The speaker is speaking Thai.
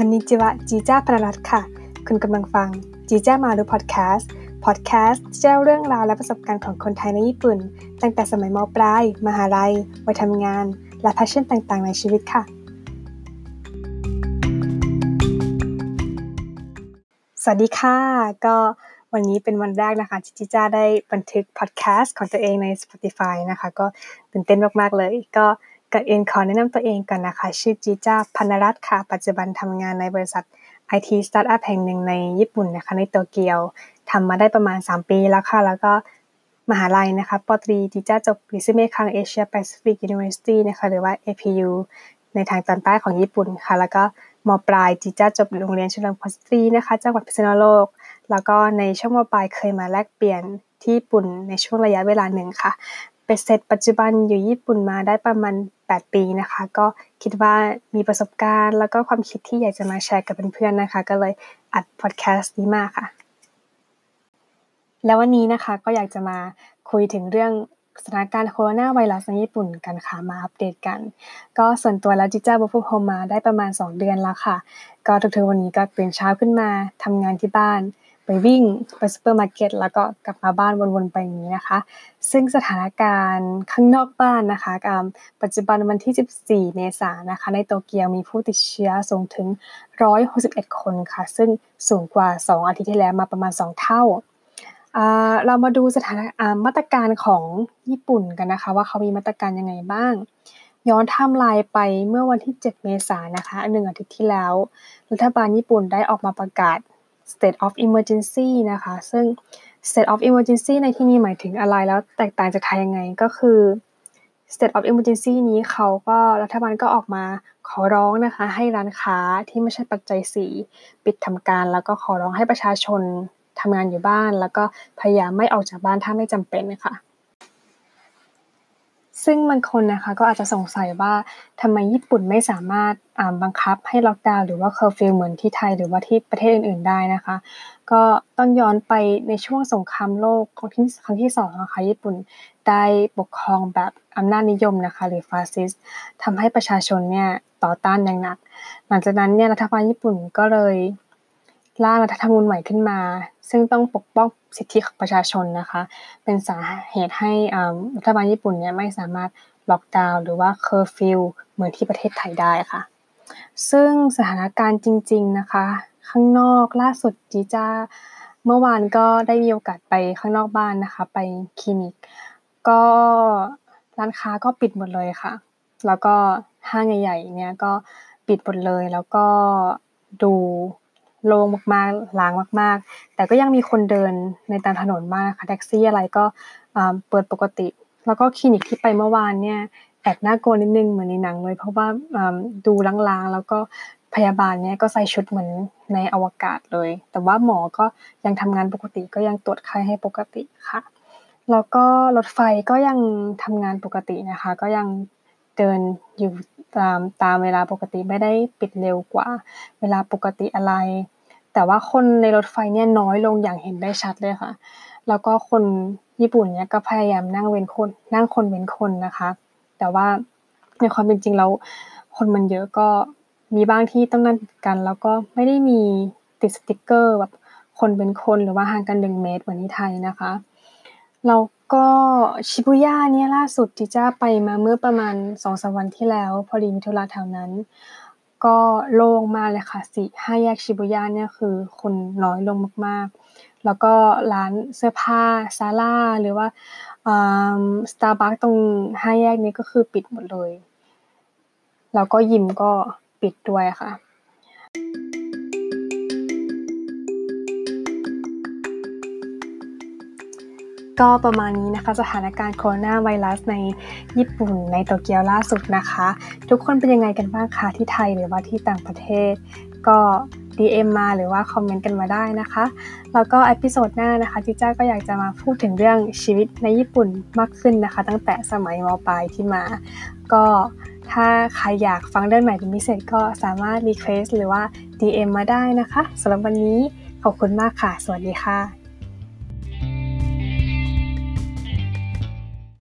อนนิจิวะจีจ้าพรัตน์ค่ะคุณกำลังฟังจีจ้ามารุพอดแคสต์ที่จะเล่าเรื่องราวและประสบการณ์ของคนไทยในญี่ปุ่นตั้งแต่สมัยม.ปลายมหาลัยวัยทำงานและแพชชั่นต่างๆในชีวิตค่ะสวัสดีค่ะก็วันนี้เป็นวันแรกนะคะที่จีจ้าได้บันทึกพอดแคสต์ของตัวเองใน Spotify นะคะก็ตื่นเต้นมากๆเลยก็ก่อนอื่นขอแนะนำตัวเองก่อนนะคะชื่อจีจ้าพนรัตน์ค่ะปัจจุบันทำงานในบริษัท IT สตาร์ทอัพแห่งหนึ่งในญี่ปุ่นนะคะในโตเกียวทำมาได้ประมาณ3ปีแล้วค่ะแล้วก็มหาลัยนะคะป.ตรีจีจ้าจบริซึเมคัง Asia Pacific University นะคะหรือว่า APU ในทางตอนใต้ของญี่ปุ่นค่ะแล้วก็ม.ปลายจีจ้าจบโรงเรียนเฉลิมพลสตรีนะคะจังหวัดพิษณุโลกแล้วก็ในช่วงม.ปลายเคยมาแลกเปลี่ยนที่ญี่ปุ่นในช่วงระยะเวลาหนึ่งค่ะเป็นเสร็จปัจจุบันอยู่ญี่ปุ่นมาได้ประมาณ8ปีนะคะก็คิดว่ามีประสบการณ์แล้วก็ความคิดที่อยากจะมาแชร์กับเพื่อนๆนะคะก็เลยอัดพอดแคสต์นี้มาค่ะแล้ววันนี้นะคะก็อยากจะมาคุยถึงเรื่องสถานการณ์โคโรนาไวรัสในญี่ปุ่นกันค่ะมาอัปเดตกันก็ส่วนตัวแล้วจิจ้า work from home มาได้ประมาณ2เดือนแล้วค่ะก็ทุกๆวันนี้ก็ตื่นเช้าขึ้นมาทำงานที่บ้านไปวิ่งไปซูเปอร์มาร์เก็ตแล้วก็กลับมาบ้านวนๆไปอย่างนี้นะคะซึ่งสถานการณ์ข้างนอกบ้านนะคะปัจจุบันวันที่14เมษายนนะคะในโตเกียวมีผู้ติดเชื้อสูงถึง161คนค่ะซึ่งสูงกว่า2อาทิตย์ที่แล้วมาประมาณ2เท่าเรามาดูมาตรการของญี่ปุ่นกันนะคะว่าเขามีมาตรการยังไงบ้างย้อนไทม์ไลน์ไปเมื่อวันที่7เมษายนนะคะ1อาทิตย์ที่แล้วรัฐบาลญี่ปุ่นได้ออกมาประกาศ State of Emergency นะคะซึ่ง State of Emergency ในที่นี้หมายถึงอะไรแล้วแตกต่างจากไทยยังไงก็คือ State of Emergency นี้รัฐบาลก็ออกมาขอร้องนะคะให้ร้านค้าที่ไม่ใช่ปัจจัย4ปิดทำการแล้วก็ขอร้องให้ประชาชนทำงานอยู่บ้านแล้วก็พยายามไม่ออกจากบ้านถ้าไม่จำเป็นค่ะซึ่งบางคนนะคะก็อาจจะสงสัยว่าทำไมญี่ปุ่นไม่สามารถบังคับให้ล็อกดาวน์หรือว่าเคอร์ฟิวเหมือนที่ไทยหรือว่าที่ประเทศอื่นๆได้นะคะก็ต้องย้อนไปในช่วงสงครามโลกครั้งที่2นะคะญี่ปุ่นได้ปกครองแบบอำนาจนิยมนะคะหรือฟาสซิสต์ทำให้ประชาชนเนี่ยต่อต้านอย่างหนักหลังจากนั้นเนี่ยรัฐบาลญี่ปุ่นก็เลยร่างรัฐธรรมนูญใหม่ขึ้นมาซึ่งต้องปกป้องสิทธิของประชาชนนะคะเป็นสาเหตุให้รัฐบาลญี่ปุ่นเนี่ยไม่สามารถล็อกดาวน์หรือว่าเคอร์ฟิวเหมือนที่ประเทศไทยได้ค่ะซึ่งสถานการณ์จริงๆนะคะข้างนอกล่าสุดจีจ้าเมื่อวานก็ได้มีโอกาสไปข้างนอกบ้านนะคะไปคลินิกก็ร้านค้าก็ปิดหมดเลยค่ะแล้วก็ห้างใหญ่ๆเนี่ยก็ปิดหมดเลยแล้วก็ดูโล่งมากๆล้างมากๆแต่ก็ยังมีคนเดินในตามถนนบ้างนะคะแท็กซี่อะไรก็เปิดปกติแล้วก็คลินิกที่ไปเมื่อวานเนี่ยแอบน่ากลัวนิดนึงเหมือนในหนังเลยเพราะว่าดูล้างๆแล้วก็พยาบาลเนี่ยก็ใส่ชุดเหมือนในอวกาศเลยแต่ว่าหมอก็ยังทำงานปกติก็ยังตรวจไข้ให้ปกติค่ะแล้วก็รถไฟก็ยังทำงานปกตินะคะก็ยังเดินอยู่ตามเวลาปกติไม่ได้ปิดเร็วกว่าเวลาปกติอะไรแต่ว่าคนในรถไฟเนี่ยน้อยลงอย่างเห็นได้ชัดเลยค่ะแล้วก็คนญี่ปุ่นเนี่ยก็พยายามนั่งคนเว้นคนนะคะแต่ว่าในความเป็นจริงแล้วคนมันเยอะก็มีบ้างที่ต้องนั่งติดกันแล้วก็ไม่ได้มีติดสติกเกอร์แบบคนเป็นคนหรือว่าห่างกัน1เมตรเหมือนที่ไทยนะคะแล้วก็ชิบุย่าเนี่ยล่าสุดจิจ้าไปมาเมื่อประมาณ 2-3 วันที่แล้วพอดีมีธุระแถวนั้นก็โล่งมากเลยค่ะ5แยกชิบุย่าเนี่ยคือคนน้อยลงมากๆแล้วก็ร้านเสื้อผ้า Zara หรือว่าStarbucks ตรง5แยกนี้ก็คือปิดหมดเลยแล้วก็ยิมก็ปิดด้วยค่ะก็ประมาณนี้นะคะสถานการณ์โคโรนาไวรัสในญี่ปุ่นในโตเกียวล่าสุดนะคะทุกคนเป็นยังไงกันบ้างคะที่ไทยหรือว่าที่ต่างประเทศก็ DM มาหรือว่าคอมเมนต์กันมาได้นะคะแล้วก็เอพิโซดหน้านะคะจิจ้าก็อยากจะมาพูดถึงเรื่องชีวิตในญี่ปุ่นมากขึ้นนะคะตั้งแต่สมัยม.ปลายที่มาก็ถ้าใครอยากฟังเรื่องไหนเป็นพิเศษก็สามารถรีเควสต์หรือว่า DM มาได้นะคะสำหรับวันนี้ขอบคุณมากค่ะสวัสดีค่ะ